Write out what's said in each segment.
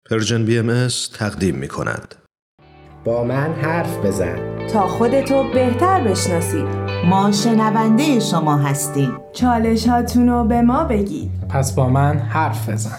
پرژن BMS تقدیم می کند. با من حرف بزن تا خودتو بهتر بشناسید. ما شنونده شما هستیم. چالش هاتونو به ما بگید. پس با من حرف بزن.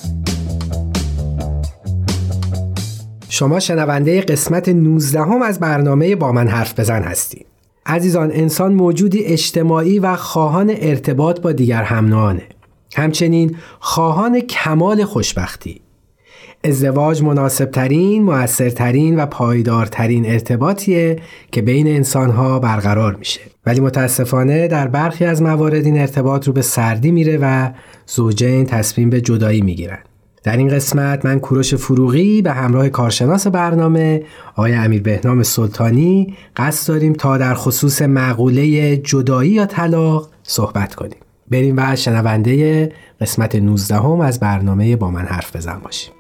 شما شنونده قسمت 19 از برنامه با من حرف بزن هستید. عزیزان، انسان موجودی اجتماعی و خواهان ارتباط با دیگر هم‌نوعانه. همچنین خواهان کمال خوشبختی. ازدواج مناسبترین، مؤثرترین و پایدارترین ارتباطیه که بین انسان‌ها برقرار میشه. ولی متاسفانه در برخی از موارد این ارتباط رو به سردی میره و زوجین تصمیم به جدایی میگیرن. در این قسمت من کوروش فروغی به همراه کارشناس برنامه آقای امیر بهنام سلطانی قصد داریم تا در خصوص مقوله جدایی یا طلاق صحبت کنیم. بریم و شنونده قسمت 19 از برنامه با من حرف بزن باشیم.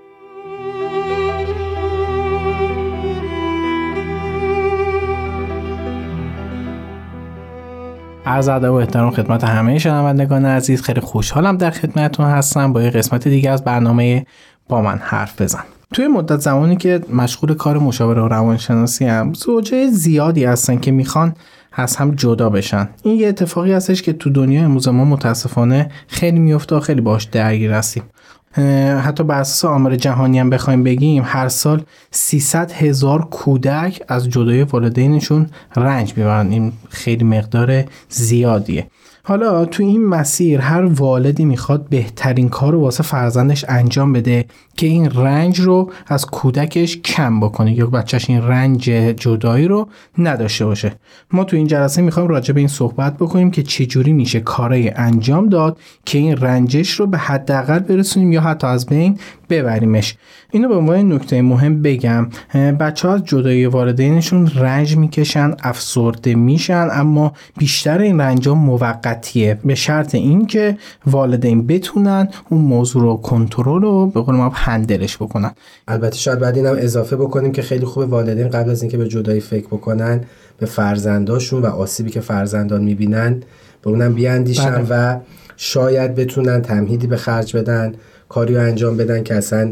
عرض ادب و احترام خدمت همه شنوندگان عزیز. خیلی خوشحالم در خدمتتون هستم با یه قسمت دیگه از برنامه با من حرف بزن. توی مدت زمانی که مشغول کار مشاوره و روانشناسی هم، زوجه زیادی هستن که میخوان از هم جدا بشن. این یه اتفاقی هستش که تو دنیای امروز ما متاسفانه خیلی میفته و خیلی باهاش درگیر هستیم. حتی بر اساس آمار جهانی هم بخوایم بگیم، هر سال 300,000 کودک از جدایی والدینشون رنج میبرن. این خیلی مقدار زیادیه. حالا تو این مسیر هر والدی میخواد بهترین کار رو واسه فرزندش انجام بده که این رنج رو از کودکش کم بکنه یا بچهش این رنج جدایی رو نداشته باشه. ما تو این جلسه میخوایم راجع به این صحبت بکنیم که چجوری میشه کارای انجام داد که این رنجش رو به حداقل برسونیم یا حتی از بین ببریمش. اینو به عنوان نکته مهم بگم. بچه‌ها از جدایی والدینشون رنج میکشن، افسرده میشن، اما بیشتر این رنج‌ها موقتیه، به شرط اینکه والدین بتونن اون موضوع رو کنترل و به قول ما هندلش بکنن. البته شاید بعد اینم اضافه بکنیم که خیلی خوبه والدین قبل از اینکه به جدایی فکر بکنن به فرزنداشون و آسیبی که فرزندان میبینن به اونم بیاندیشن و شاید بتونن تمهیدی به خرج بدن، کاری رو انجام بدن که اصلا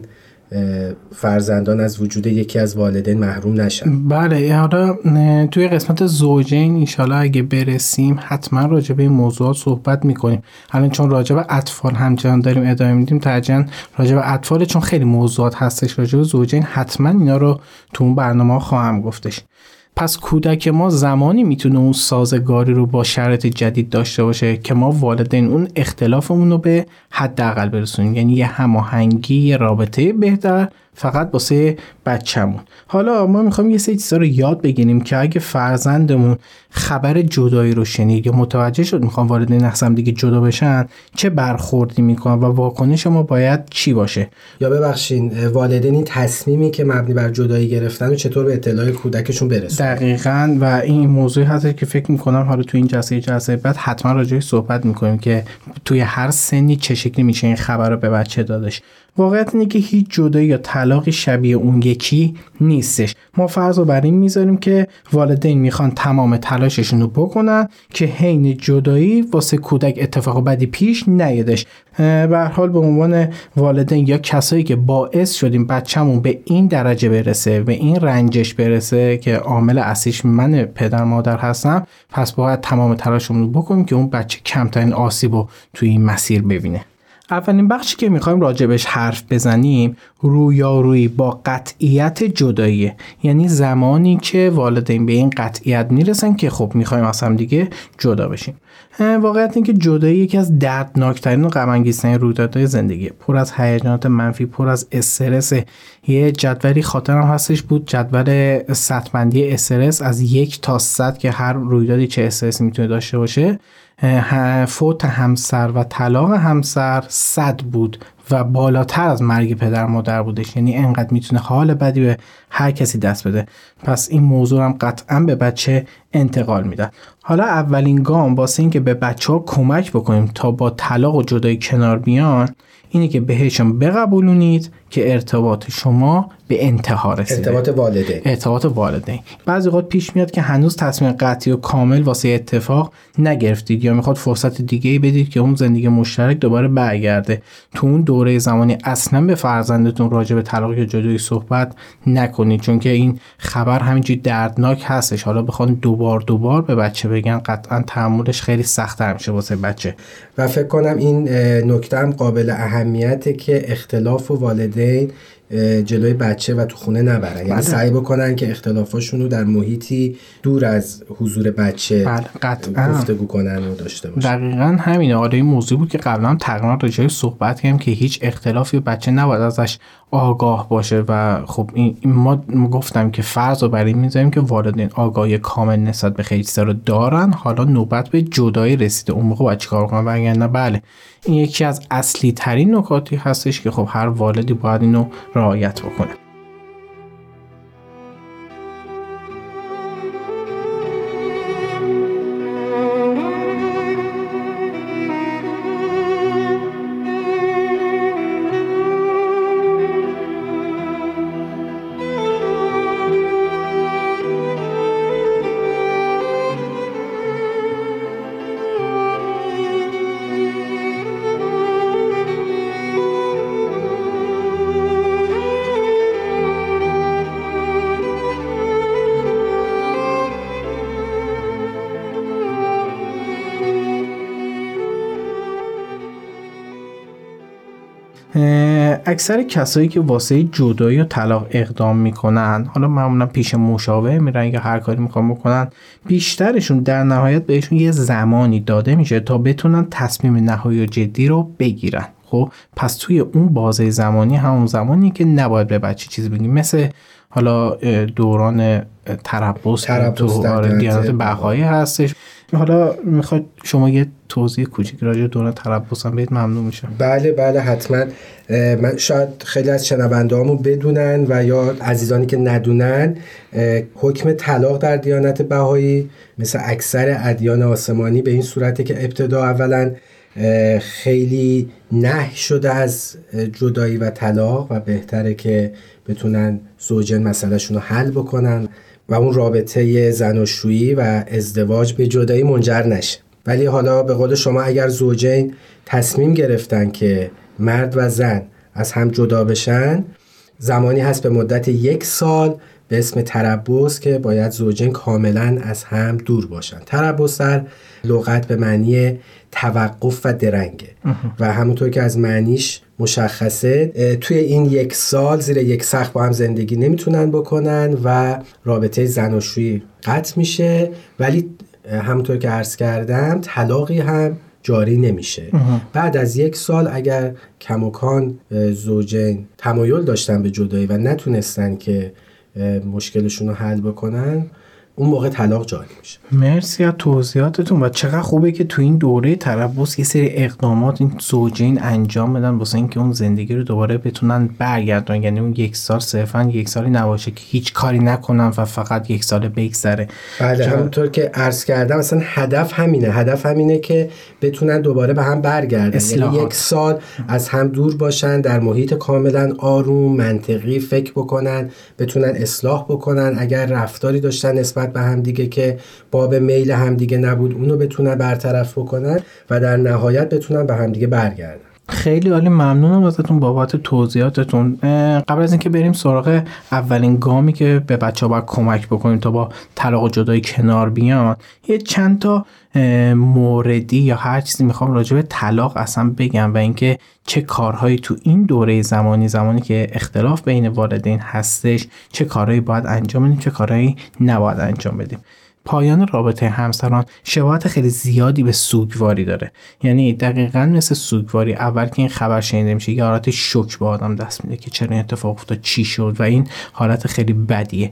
فرزندان از وجود یکی از والدین محروم نشن. بله، حالا توی قسمت زوجین انشالله اگه برسیم حتما راجع به این موضوعات صحبت میکنیم. الان چون راجع به اطفال همچنان داریم ادامه میدیم، ترجیحاً راجع به اطفال چون خیلی موضوعات هستش. راجع به زوجین حتما اینا رو تو اون برنامه خواهم گفتش. پس کودک ما زمانی میتونه اون سازگاری رو با شرایط جدید داشته باشه که ما والدین اون اختلافمون رو به حداقل برسونیم، یعنی یه هماهنگی، یه رابطه بهتر فقط واسه بچه‌مون. حالا ما میخوایم یه سری چیزا رو یاد بگیریم که اگه فرزندمون خبر جدایی رو شنید یا متوجه شد میخوان والدین هم دیگه جدا بشن، چه برخوردی میکنن و واکنش ما باید چی باشه. یا ببخشین والدین این تصمیمی که مبنی بر جدایی گرفتن و چطور به اطلاع کودکشون برسونن. دقیقاً. و این موضوعی هست که فکر میکنم حالا تو این جلسه بعد حتما راجعش صحبت میکنیم که توی هر سنی چه شکلی میشه این خبر رو به بچه دادش. واقعیت اینه که هیچ جدایی یا طلاقی شبیه اون یکی نیستش. ما فرض رو بر این میذاریم که والدین میخوان تمام تلاششون رو بکنن که حین جدایی واسه کودک اتفاق بدی پیش نیادش. به هر حال به عنوان والدین یا کسایی که باعث شدیم بچه‌مون به این درجه برسه، به این رنجش برسه که عامل اصلیش من پدر مادر هستم، پس باید تمام تلاشمون رو بکنیم که اون بچه کمترین آسیب رو توی این مسیر ببینه. اولین بخشی که میخوایم راجبش حرف بزنیم رویارویی با قطعیت جداییه. یعنی زمانی که والدین به این قطعیت میرسن که خب میخوایم از هم دیگه جدا بشیم. واقعیت این که جدایی یکی از دردناکترین و غم انگیزترین رویدادهای زندگیه. پر از هیجانات منفی، پر از استرس. یه جدولی خاطرم هستش بود، جدول سطح‌بندی استرس از 1 تا 100 که هر رویدادی چه استرسی میتونه داشته باشه. فوت همسر و طلاق همسر 100 بود و بالاتر از مرگ پدر مادر بودش. یعنی انقدر میتونه حال بدی به هر کسی دست بده. پس این موضوع هم قطعا به بچه انتقال میده. حالا اولین گام واسه این که به بچه‌ها کمک بکنیم تا با طلاق و جدایی کنار بیان اینه که بهشون بقبولونید که ارتباط شما به انتها رسیده. ارتباط والدین. بعضی وقت پیش میاد که هنوز تصمیم قطعی و کامل واسه اتفاق نگرفتید یا میخواد فرصت دیگه‌ای بدید که اون زندگی مشترک دوباره برگرده. تو اون دوره زمانی اصلا به فرزندتون راجع به طلاق یا جدایی صحبت نکنید، چون که این خبر همینجوری دردناک هستش. حالا بخوان دوبار به بچه بگن قطعا تحملش خیلی سخت‌تر میشه واسه بچه. و فکر کنم این نکته هم قابل اهمیته که اختلاف والدین جلوی بچه و تو خونه نبرن، یعنی سعی بکنن که اختلافاشون رو در محیطی دور از حضور بچه گفتگو کنن و داشته باشن. دقیقاً همینه. آره این موضوع بود که قبلا تقریبا راجعش صحبت کردیم که هیچ اختلافی بچه نباید ازش آگاه باشه و خب این ما گفتم که فرض رو بر این میذاریم که والدین آگاهی کامل نسبت به خیلی چیزا رو دارن. حالا نوبت به جدایی رسیده، اون موقع باید چیکار کنن؟ وگرنه بله این یکی از اصلی ترین نکاتی هستش که خب هر والدی باید اینو رعایت بکنه. اکثر کسایی که واسه جدایی و طلاق اقدام میکنن، حالا معمولا پیش مشاور میرن یا هر کاری میخوان بکنن، بیشترشون در نهایت بهشون یه زمانی داده میشه تا بتونن تصمیم نهایی و جدی رو بگیرن. خب پس توی اون بازه زمانی همون زمانی که نباید به بچه چیزی بگیم، مثل حالا دوران تربص تو دیانت بهایی هستش. حالا میخواد شما یه توضیح کوچیک راجع به دوران تربص هم بدید ممنون میشم. بله حتما. من شاید خیلی از شنونده‌هامون بدونن و یا عزیزانی که ندونن، حکم طلاق در دیانت بهایی مثل اکثر ادیان آسمانی به این صورته که ابتدا اولا خیلی نهی شده از جدایی و طلاق و بهتره که بتونن زوجین مسئله‌شون رو حل بکنن و اون رابطه زناشویی و ازدواج به جدایی منجر نشه. ولی حالا به قول شما اگر زوجین تصمیم گرفتن که مرد و زن از هم جدا بشن، زمانی هست به مدت 1 سال به اسم تربص که باید زوجین کاملا از هم دور باشن. تربص در لغت به معنی توقف و درنگه و همونطور که از معنیش مشخصه توی این 1 سال زیر یک سقف با هم زندگی نمیتونن بکنن و رابطه زناشویی قطع میشه، ولی همونطور که عرض کردم طلاقی هم جاری نمیشه. بعد از 1 سال اگر کماکان زوجین تمایل داشتن به جدایی و نتونستن که مشکلشون رو حل بکنن، اون موقع طلاق جاری میشه. مرسی از توضیحاتتون و چقدر خوبه که تو این دوره تربص یه سری اقدامات این زوجین انجام بدن واسه اینکه اون زندگی رو دوباره بتونن برگردونن. یعنی اون 1 سال صرفاً 1 سالی نباشه که هیچ کاری نکنن و فقط 1 سال بگذره. بله همونطور که عرض کردم مثلا هدف همینه که بتونن دوباره به هم برگردن. یعنی 1 سال از هم دور باشن، در محیط کاملا آروم منطقی فکر بکنن، بتونن اصلاح بکنن، اگر رفتاری داشتن نسبت به هم دیگه که باب میل هم دیگه نبود اونو بتونن برطرف بکنن و در نهایت بتونن به هم دیگه برگردن. خیلی عالی، ممنونم ازتون بابت توضیحاتتون. قبل از اینکه بریم سراغ اولین گامی که به بچه‌ها باید کمک بکنیم تا با طلاق و جدایی کنار بیان، یه چند تا موردی یا هر چیزی میخوام راجع به طلاق اصلا بگم و اینکه چه کارهایی تو این دوره زمانی که اختلاف بین والدین هستش چه کارهایی باید انجام بدیم، چه کارهایی نباید انجام بدیم. پایان رابطه همسران شباهت خیلی زیادی به سوگواری داره. یعنی دقیقاً مثل سوگواری، اول که این خبر شنیده میشه یه حالت شوک به آدم دست میده که چرا این اتفاق افتاد، چی شد و این حالت خیلی بدیه.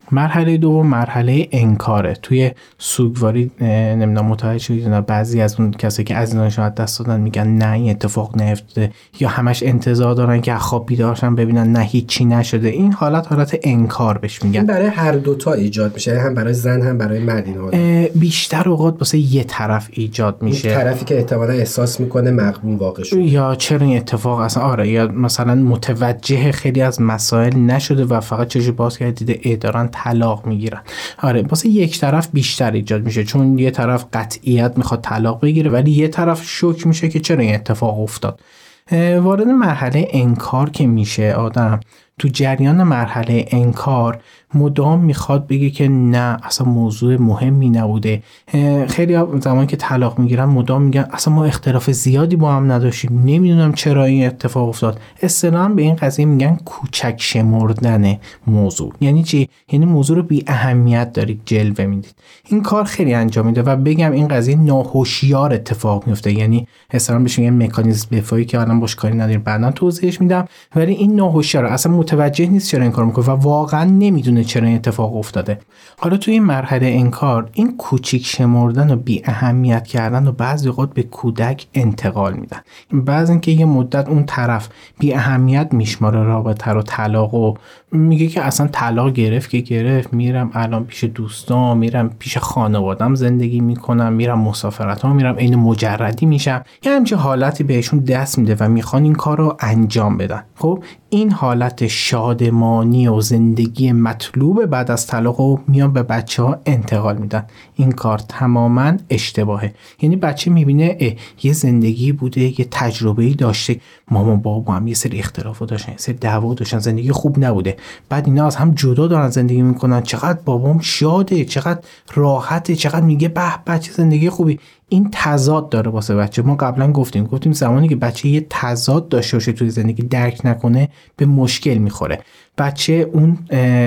مرحله دوم مرحله انکاره. توی سوگواری نمیدونم متوجه شدید نه، بعضی از اون کسایی که عزیزانشون از دست دادن میگن نه این اتفاق نیفتاده، یا همش انتظار دارن که خواب بیدارشن ببینن نه هیچی نشده. این حالت انکار بهش میگن. این برای هر دوتا ایجاد میشه، هم برای زن هم برای مرد. این بیشتر اوقات واسه یه طرف ایجاد میشه، طرفی که احتمالاً احساس میکنه مغبون واقع شده، یا چرا این اتفاق اصلا آره، یا مثلا متوجه خیلی از مسائل نشده و فقط چشم باز کرده دیده دارن طلاق میگیرن. آره واسه یک طرف بیشتر ایجاد میشه، چون یه طرف قطعیت میخواد طلاق بگیره ولی یه طرف شوک میشه که چرا این اتفاق افتاد. وارد مرحله انکار که میشه آدم، تو جریان مرحله انکار مدام میخواد بگه که نه اصلا موضوع مهمی نبوده. خیلی زمانی که طلاق میگیرن مدام میگن اصلا ما اختلاف زیادی با هم نداشتیم، نمیدونم چرا این اتفاق افتاد. اصطلاحاً به این قضیه میگن کوچک شمردن موضوع. یعنی چی؟ یعنی موضوع رو بی اهمیت دارید جلوه میدید. این کار خیلی انجام میده و بگم این قضیه ناهوشیار اتفاق میفته. یعنی اصطلاحاً بهش میگن مکانیزم دفاعی که الان باش کاری نداریم، بعداً توضیحش میدم. ولی این ناهوشیار اصلا متوجه نیست چرا این کارو میکنه و واقعا نمیدونه چرا این اتفاق افتاده. حالا توی این مرحله انکار این کوچیک شمردن و بی اهمیت کردن و بعضی وقت به کودک انتقال میدن. بعضی اینکه یه مدت اون طرف بی اهمیت میشماره رابطه رو، طلاق، و میگه که اصلا طلاق گرفت که گرفت، میرم الان پیش دوستام، میرم پیش خانوادم زندگی میکنم، میرم مسافرتام، میرم عین مجردی میشم. یه همچین حالتی بهشون دست میده و میخوان این کار رو انجام بدن. خب این حالت شادمانی و زندگی مطلوب بعد از طلاق رو میان به بچه ها انتقال میدن. این کار تماما اشتباهه. یعنی بچه میبینه یه زندگی بوده، یه تجربه‌ای داشته، مامان بابا هم یه سری اختلافات داشتن، یه سری دعوا داشتن، زندگی خوب نبوده، بعد اینا از هم جدا دارن زندگی میکنن، چقدر بابام شاده، چقدر راحته، چقدر میگه به بچه زندگی خوبی. این تضاد داره واسه بچه. ما قبلا گفتیم زمانی که بچه یه تضاد داشته باشه توی زندگی، درک نکنه، به مشکل میخوره. بچه اون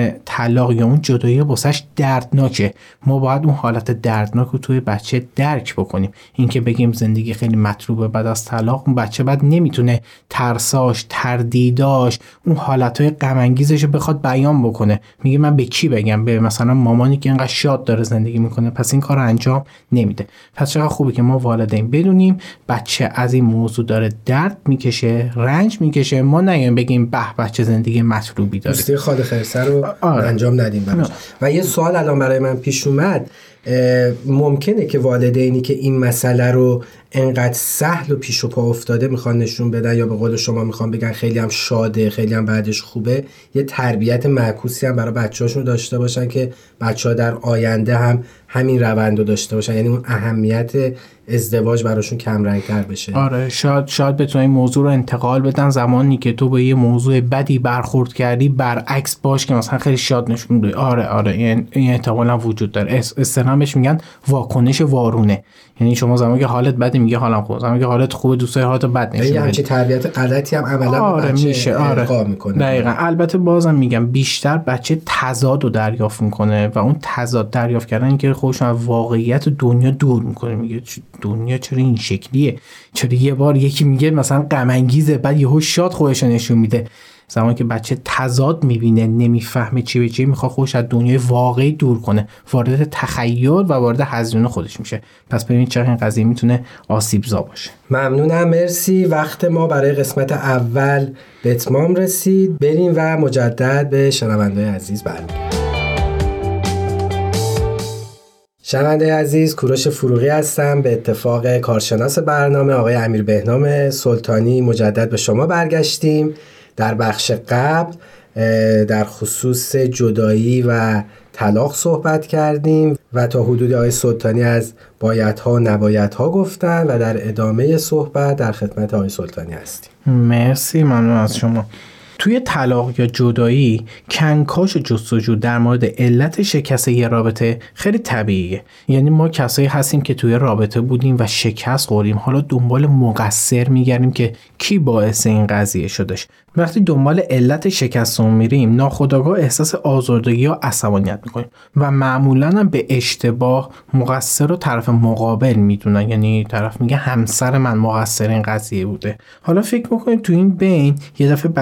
طلاق یا اون جدایی واسش دردناکه. ما باید اون حالت دردناک رو توی بچه درک بکنیم. این که بگیم زندگی خیلی مطلوبه بعد از طلاق، اون بچه بعد نمیتونه ترساش، تردیداش، اون حالتهای غم انگیزش رو بخواد بیان بکنه. میگه من به کی بگم؟ به مثلا مامانی که اینقدر شاد داره زندگی میکنه، پس این کارو انجام نمیده. پس چقدر خوبه که ما والدین بدونیم بچه از این موضوع داره درد میکشه، رنج میکشه، ما نگیم بگیم به بچه زندگی مطلوبی داره. دوستی خاله خیرسر رو انجام ندیم براش. و یه سوال الان برای من پیش اومد، ممکنه که والدینی که این مسئله رو انقدر سهل و پیش و پا افتاده میخوان نشون بدن، یا به قول شما میخوان بگن خیلی هم شاده، خیلی هم بعدش خوبه، یه تربیت معکوسی هم برای بچه‌هاشون داشته باشن که بچه‌ها در آینده هم همین روند رو داشته باشن، یعنی اون اهمیت ازدواج براشون کم رنگ‌تر بشه. آره شاید بتونن این موضوع رو انتقال بدن. زمانی که تو به یه موضوع بدی برخورد کردی برعکس باش که مثلا خیلی شاد نشون بده. آره این احتمالاً وجود داره. اصطلاحش میگن واکنش وارونه. یعنی شما زمانی که حالت بده میگه حالم خوبه، زمانی که حالت خوبه دوستای حالت بد نشون میده. یه همچین تربیت غلطی هم عملا میشه میکنه. دقیقاً. البته بازم میگم بیشتر بچه تضاد رو دریافت میکنه و اون تضاد دریافت کردن که خودش از واقعیت دنیا دور میکنه. میگه دنیا چرا این شکلیه؟ چرا یه بار یکی میگه مثلا غم انگیزه بعد یهو شاد خودش نشون میده. زمانی که بچه تضاد میبینه، نمیفهمه چی به چی، میخواد خودش از دنیای واقعی دور کنه، وارد تخیل و وارد هزیون خودش میشه. پس ببینید چقدر این قضیه میتونه آسیبزا باشه. ممنونم، مرسی. وقت ما برای قسمت اول به اتمام رسید. بریم و مجدد به شنونده‌های عزیز برمیگردیم. شنونده عزیز، کوروش فروغی هستم. به اتفاق کارشناس برنامه آقای امیر بهنام سلطانی مجدد به شما برگشتیم. در بخش قبل در خصوص جدایی و طلاق صحبت کردیم و تا حدودی آقای سلطانی از بایدها و نبایدها گفتن و در ادامه صحبت در خدمت آقای سلطانی هستیم. مرسی، ممنون از شما. توی طلاق یا جدایی کنکاش و جستجو در مورد علت شکست یه رابطه خیلی طبیعیه. یعنی ما کسایی هستیم که توی رابطه بودیم و شکست خوردیم، حالا دنبال مقصر میگردیم که کی باعث این قضیه شدش. وقتی دنبال علت شکستمون میریم ناخودآگاه احساس آزردگی یا عصبانیت میکنیم و معمولاً هم به اشتباه مقصر رو طرف مقابل میدونن. یعنی طرف میگه همسر من مقصر این قضیه بوده. حالا فکر میکنید تو این بین یه دفعه بچه‌ها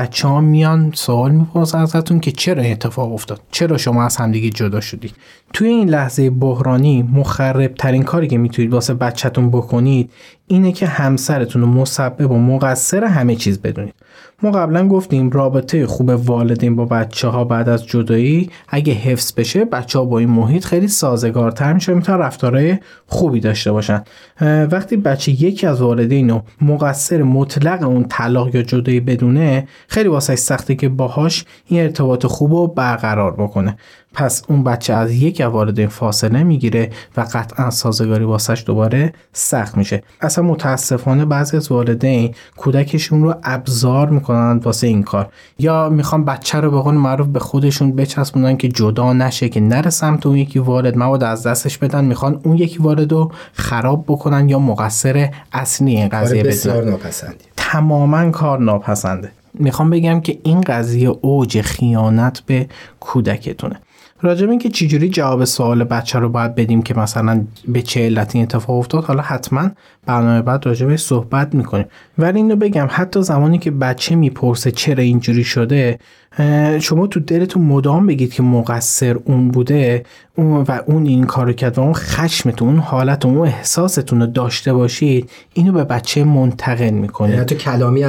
میان سوال میپرسن ازتون که چرا این اتفاق افتاد، چرا شما از همدیگه جدا شدید. توی این لحظه بحرانی مخرب ترین کاری که میتونید واسه بچه‌تون بکنید اینه که همسرتون رو مسبب و مقصر همه چیز بدونید. ما قبلا گفتیم رابطه خوب والدین با بچه‌ها بعد از جدایی اگه حفظ بشه، بچه‌ها با این محیط خیلی سازگارتر میشه، میتونن رفتارهای خوبی داشته باشن. وقتی بچه یکی از والدین رو مقصر مطلق اون طلاق یا جدایی بدونه، خیلی واسه سخته که باهاش این ارتباط خوب رو برقرار بکنه. پس اون بچه از یک والدین فاصله میگیره و قطعا سازگاری واسش دوباره سخت میشه. اصلا متاسفانه بعضی از والدین کودکشون رو ابزار میکنن واسه این کار، یا میخوان بچه رو به قول معروف به خودشون بچسبونن که جدا نشه، که نره سمت اون یکی والد، مواد از دستش بدن، میخوان اون یکی والد رو خراب بکنن یا مقصر اصلی این قضیه بدونن. بسیار ناپسندی. تماما کار ناپسنده. میخوام بگم که این قضیه اوج خیانت به کودکتونه. راجب این که چجوری جواب سوال بچه رو باید بدیم که مثلا به چه علتی اتفاق افتاد، حالا حتما برنامه بعد راجبش صحبت میکنیم، ولی اینو بگم حتی زمانی که بچه میپرسه چرا اینجوری شده، شما تو دلتون مدام بگید که مقصر اون بوده و اون این کارو کرد و اون خشمتون، اون حالتون، اون احساستون رو داشته باشید، اینو به بچه منتقل میکنید. تو کلامی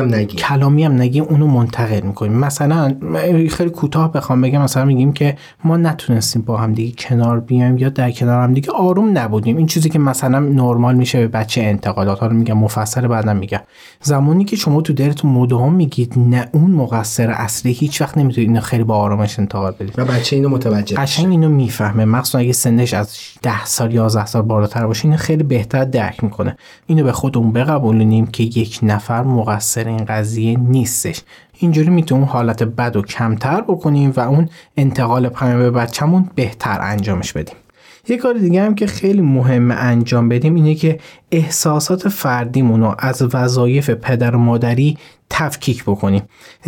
هم نگی اونو منتقل میکنید. مثلا خیلی کوتاه بخوام بگم، مثلا میگیم که ما نتونستیم با هم دیگه کنار بیایم یا در کنار هم دیگه آروم نبودیم. این چیزی که مثلا نرمال میشه به بچه انتقادات، حالا میگم مفصل بعدم میگم. زمانی که شما تو دلتون مدام میگید نه اون مقصر اصلی، هیچ وقت نمیتونید اینو خیلی با آرامش انتقاد بدید و بچه اینو متوجه قشنگ اینو میفهمه. مخصوصا اگه سنش از 10 سال 11 سال بالاتر باشه، اینو خیلی بهتر درک میکنه. اینو به خودمون بقبولونیم که یک نفر مقصر این قضیه نیستش. اینجوری میتونیم حالت بد رو کمتر بکنیم و اون انتقال پیام به بچه‌مون بهتر انجامش بدیم. یه کار دیگه هم که خیلی مهمه انجام بدیم اینه که احساسات فردیمون رو از وظایف پدر و مادری تفکیک بکنیم.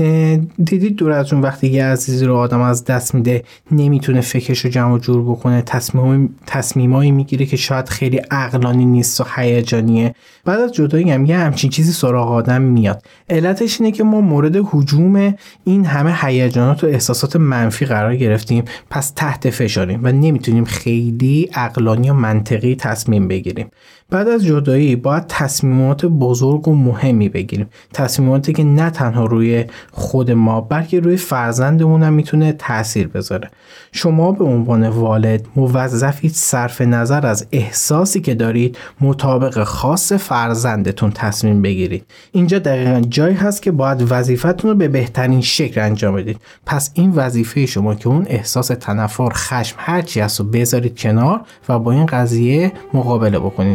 دیدید دور از اون وقتی یه عزیزی رو آدم از دست میده، نمیتونه فکرش رو جمع جور بکنه، تصمیمایی میگیره که شاید خیلی عقلانی نیست و هیجانیه. بعد از جدایی هم یه همچین چیزی سراغ آدم میاد. علتش اینه که ما مورد هجوم این همه هیجانات و احساسات منفی قرار گرفتیم، پس تحت فشاریم و نمیتونیم خیلی عقلانی و منطقی تصمیم بگیریم. بعد از جدایی باید تصمیمات بزرگ و مهمی بگیریم، تصمیماتی که نه تنها روی خود ما بلکه روی فرزندمون هم میتونه تأثیر بذاره. شما به عنوان والد موظفید صرف نظر از احساسی که دارید مطابق خاص فرزندتون تصمیم بگیرید. اینجا دقیقاً جایی هست که باید وظیفتون رو به بهترین شکل انجام بدید. پس این وظیفه شما که اون احساس تنفر، خشم، هر چی هست رو بذارید کنار و با این قضیه مقابله بکنید.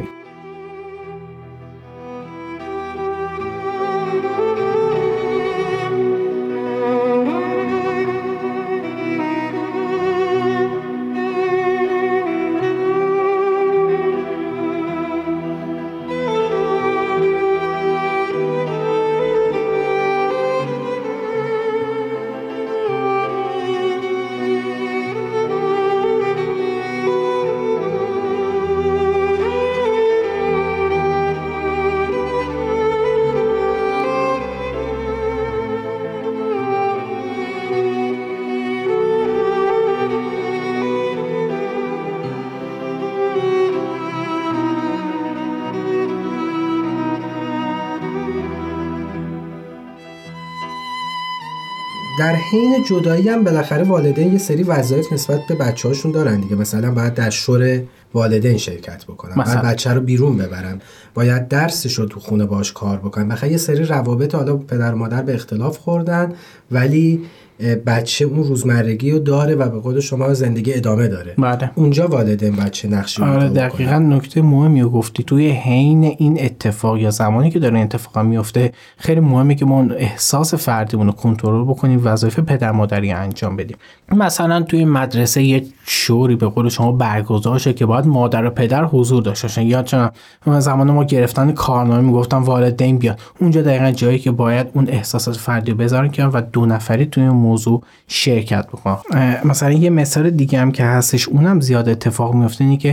در حین جدایی هم بالاخره والدین یه سری وظایف نسبت به بچه‌هاشون دارن دیگه. مثلا باید در شور والدین شرکت بکنن، باید بچه رو بیرون ببرن، باید درسش رو تو خونه باش کار بکنن. بخاطر یه سری روابط حالا پدر و مادر به اختلاف خوردن ولی بچه اون روزمرگی رو داره و به قول شما زندگی ادامه داره. بله. اونجا والدین بچه نقشی رو آره دقیقاً نکته مهمی رو گفتی. توی حین این اتفاق یا زمانی که داره اتفاق میفته خیلی مهمه که ما احساس فردیمون رو کنترل بکنیم، وظایف پدر مادری انجام بدیم. مثلا توی مدرسه یه شوری به قول شما برگزار شه که باید مادر و پدر حضور داشته باشن، یا چون زمان ما گرفتن کارنامه میگفتن والدین بیاد، اونجا دقیقاً جایی که باید اون احساسات فردی رو بذارن که و دو نفری توی موضوع شرکت بکنن. مثلا یه مثال دیگه هم که هستش اونم زیاد اتفاق میفته اینه که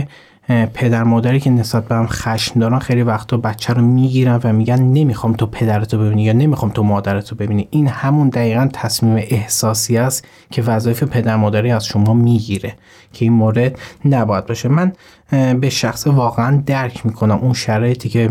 پدر مادری که نسبت به هم خشم دارن خیلی وقتا بچه رو میگیرن و میگن نمیخوام تو پدرتو ببینی یا نمیخوام تو مادرتو ببینی. این همون دقیقاً تصمیم احساسی است که وظایف پدر مادری از شما میگیره که این مورد نباید باشه. من به شخص واقعاً درک میکنم اون شرایطی که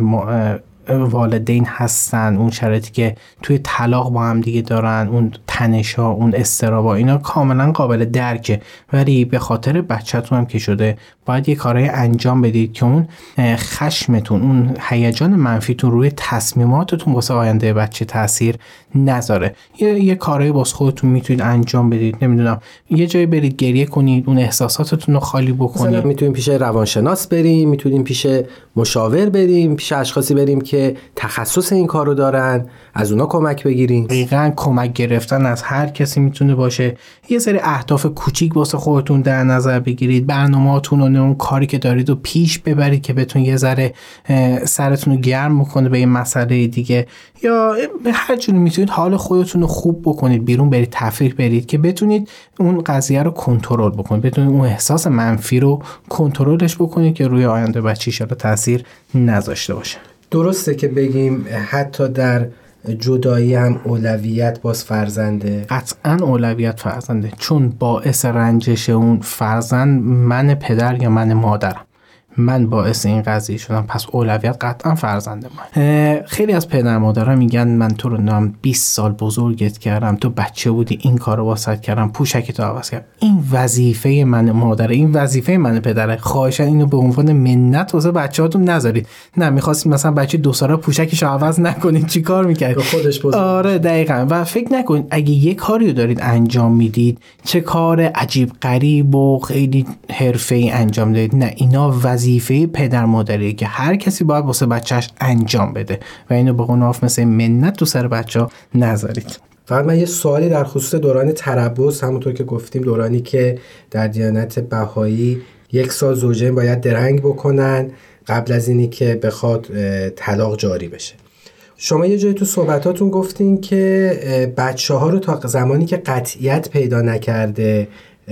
والدین هستن، اون شرایطی که توی طلاق با هم دیگه دارن، اون تنش‌ها، اون اضطراب‌ها، اینا کاملا قابل درکه، ولی به خاطر بچه‌تون هم که شده باید یه کارهای انجام بدید که اون خشمتون، اون هیجان منفیتون روی تصمیماتتون واسه آینده بچه تاثیر نذاره. یه کارهای واسه خودتون میتونید انجام بدید. نمیدونم یه جایی برید گریه کنید، اون احساساتتون رو خالی بکنید. مثلا میتونیم پیش روانشناس بریم، میتونیم پیش مشاور بریم، پیش اشخاصی بریم که تخصص این کارو دارن، از اونا کمک بگیریم. دقیقاً کمک گرفتن از هر کسی میتونه باشه. یه سری اهداف کوچیک واسه خودتون در نظر بگیرید، برنامه‌هاتون و اون کاری که دارید رو پیش ببرید که بتون یه ذره سرتون رو گرم بکنه به این مسئله دیگه، یا به هر جوری میتونید حال خودتون رو خوب بکنید، بیرون برید تفریح برید که بتونید اون قضیه رو کنترل بکنید، بتونید اون احساس منفی رو کنترلش بکنید که روی آینده بچه‌ش رو تاثیر نذاشته باشه. درسته که بگیم حتی در جدایی هم اولویت باز فرزنده؟ قطعا اولویت فرزنده، چون باعث رنجش اون فرزند من پدر یا من مادرم، من باعث این قضیه شدم، پس اولویت قطعا فرزنده من. خیلی از پدر مادرها میگن من تو رو نام 20 سال بزرگت کردم، تو بچه بودی این کارو واسط کردم، پوشکتو عوض کردم. این وظیفه من مادره، این وظیفه من پدره. خواهشاً اینو به عنوان منت واسه بچه‌هاتون نذارید. نه می‌خواستید مثلا بچه 2 ساله پوشکشو عوض نکنید، چیکار می‌کردید؟ خودش بزرگ. آره دقیقاً. و فکر نکنید اگه یه کاری رو دارید انجام میدید چه کار عجیب غریب و خیلی حرفه‌ای انجام دادید. نه، اینا وظیفه پدر مادریه که هر کسی باید واسه بچهش انجام بده و اینو به قناف مثل منت تو سر بچه‌ها نذارید. فقط من یه سوالی در خصوص دوران تربص، همونطور که گفتیم دورانی که در دیانت بهایی 1 سال زوجین باید درنگ بکنن قبل از اینی که بخواد طلاق جاری بشه. شما یه جایی تو صحبتاتون گفتین که بچه‌ها رو تا زمانی که قطعیت پیدا نکرده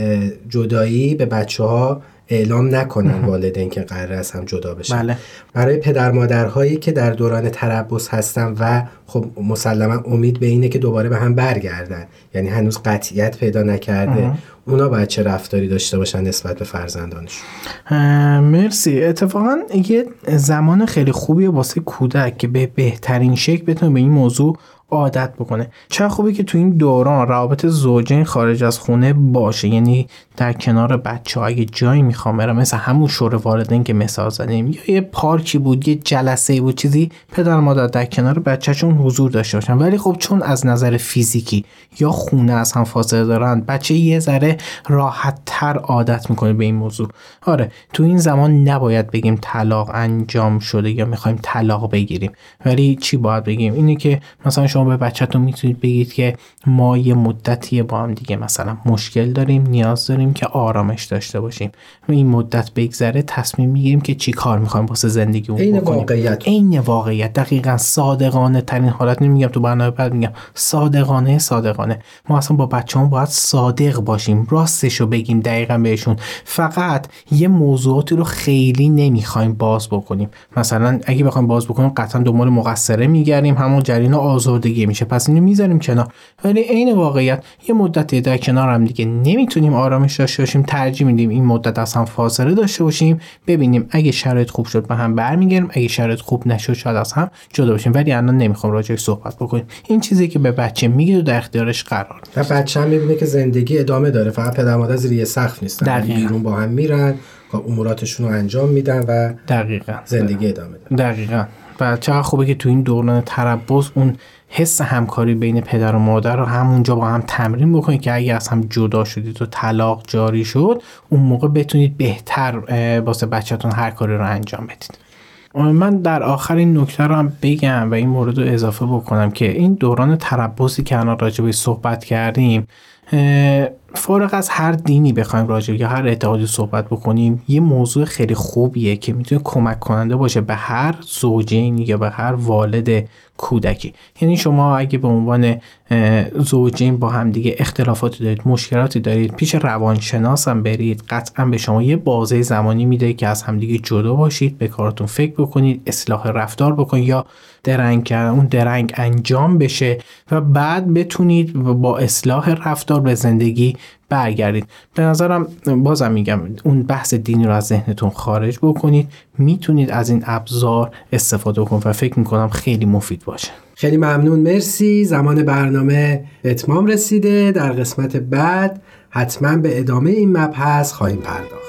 جدایی به بچه‌ها اعلام نکنن والدین که قراره از هم جدا بشن. بله. برای پدر مادرهایی که در دوران تربص هستن و خب مسلما امید به اینه که دوباره به هم برگردن، یعنی هنوز قطعیت پیدا نکرده، اونا باید چه رفتاری داشته باشن نسبت به فرزندانشون؟ مرسی. اتفاقا یه زمان خیلی خوبیه واسه کودک که به بهترین شکل بتونه به این موضوع عادت بکنه. چه خوبه که تو این دوران روابط زوجین خارج از خونه باشه، یعنی در کنار بچه‌ها اگه جایی میخوام برم، مثلا همون شور والدین که مثال زدیم، یا یه پارکی بود، یه جلسه بود، چیزی، پدر مادر در کنار بچه‌شون حضور داشته باشن. ولی خب چون از نظر فیزیکی یا خونه از هم فاصله دارن، بچه یه ذره راحت‌تر عادت میکنه به این موضوع. آره تو این زمان نباید بگیم طلاق انجام شده یا میخوایم طلاق بگیریم، ولی چی باید بگیم؟ اینه که مثلا شما به بچه‌تون میتونید بگید که ما یه مدتی با هم دیگه مثلا مشکل داریم، نیاز داریم که آرامش داشته باشیم و این مدت بگذره تصمیم میگیریم که چی کار میخوایم واسه زندگیمون بکنیم. عین واقعیت، دقیقاً صادقانه ترین حالت. نمیگم تو برنامه بعد، میگم صادقانه. ما اصلا با بچه‌مون باید صادق باشیم، راستشو بگیم دقیقاً بهشون. فقط یه موضوعاتی رو خیلی نمیخوایم باز بکنیم. مثلا اگه بخوایم باز بکنیم قطعاً دنبال مقصره میگردیم، همون جریان آزردگی میشه، پس اینو میذاریم کنار. ولی عین واقعیت یه مدتی در کنار هم دیگه نمیتونیم آرامش داشته باشیم، ترجیح میدیم این مدت از هم فاصله داشته باشیم، ببینیم اگه شرایط خوب شد با هم برمیگردیم، اگه شرایط خوب نشد شاید از هم جدا بشیم. ولی الان نمیخوام راجعش صحبت بکنیم. این چیزی که به بچه میگید و در اختیارش قرار و بچه هم میبینه که زندگی ادامه داره، فقط پدر مادر زیر یه سقف نیستن، بیرون با هم میرن، اموراتشون رو انجام میدن و دقیقاً زندگی ادامه داره. دقیقاً. و چقدر خوبه که تو این دوران تربص اون حس همکاری بین پدر و مادر رو همونجا با هم تمرین بکنید که اگه از هم جدا شدید و طلاق جاری شد، اون موقع بتونید بهتر واسه بچه‌تون هر کاری رو انجام بدید. من در آخر این نکته رو هم بگم و این مورد رو اضافه بکنم که این دوران تربصی که الان راجع بهش صحبت کردیم فارغ از هر دینی بخوایم راجع یا هر اعتقادی صحبت بکنیم، یه موضوع خیلی خوبیه که میتونه کمک کننده باشه به هر زوجین یا به هر والد کودکی. یعنی شما اگه به عنوان زوجین با هم دیگه اختلافاتی دارید، مشکلاتی دارید، پیش روانشناس هم برید، قطعا به شما یه بازه زمانی میده که از همدیگه جدا باشید، به کارتون فکر بکنید، اصلاح رفتار بکنید یا اون درنگ انجام بشه و بعد بتونید با اصلاح رفتار به زندگی برگردید. به نظرم بازم میگم اون بحث دینی رو از ذهنتون خارج بکنید، میتونید از این ابزار استفاده کنید و فکر میکنم خیلی مفید باشه. خیلی ممنون، مرسی. زمان برنامه به اتمام رسیده. در قسمت بعد حتما به ادامه این مبحث خواهیم پرداخت.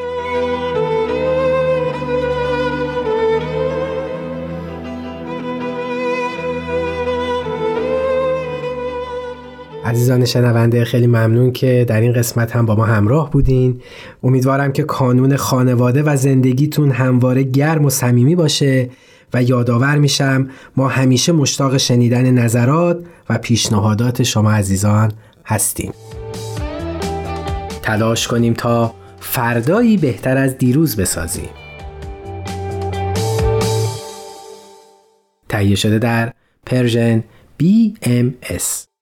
عزیزان شنونده، خیلی ممنون که در این قسمت هم با ما همراه بودین. امیدوارم که کانون خانواده و زندگیتون همواره گرم و صمیمی باشه و یادآور میشم ما همیشه مشتاق شنیدن نظرات و پیشنهادات شما عزیزان هستیم. تلاش کنیم تا فردایی بهتر از دیروز بسازیم. تهیه شده در پرژن BMS.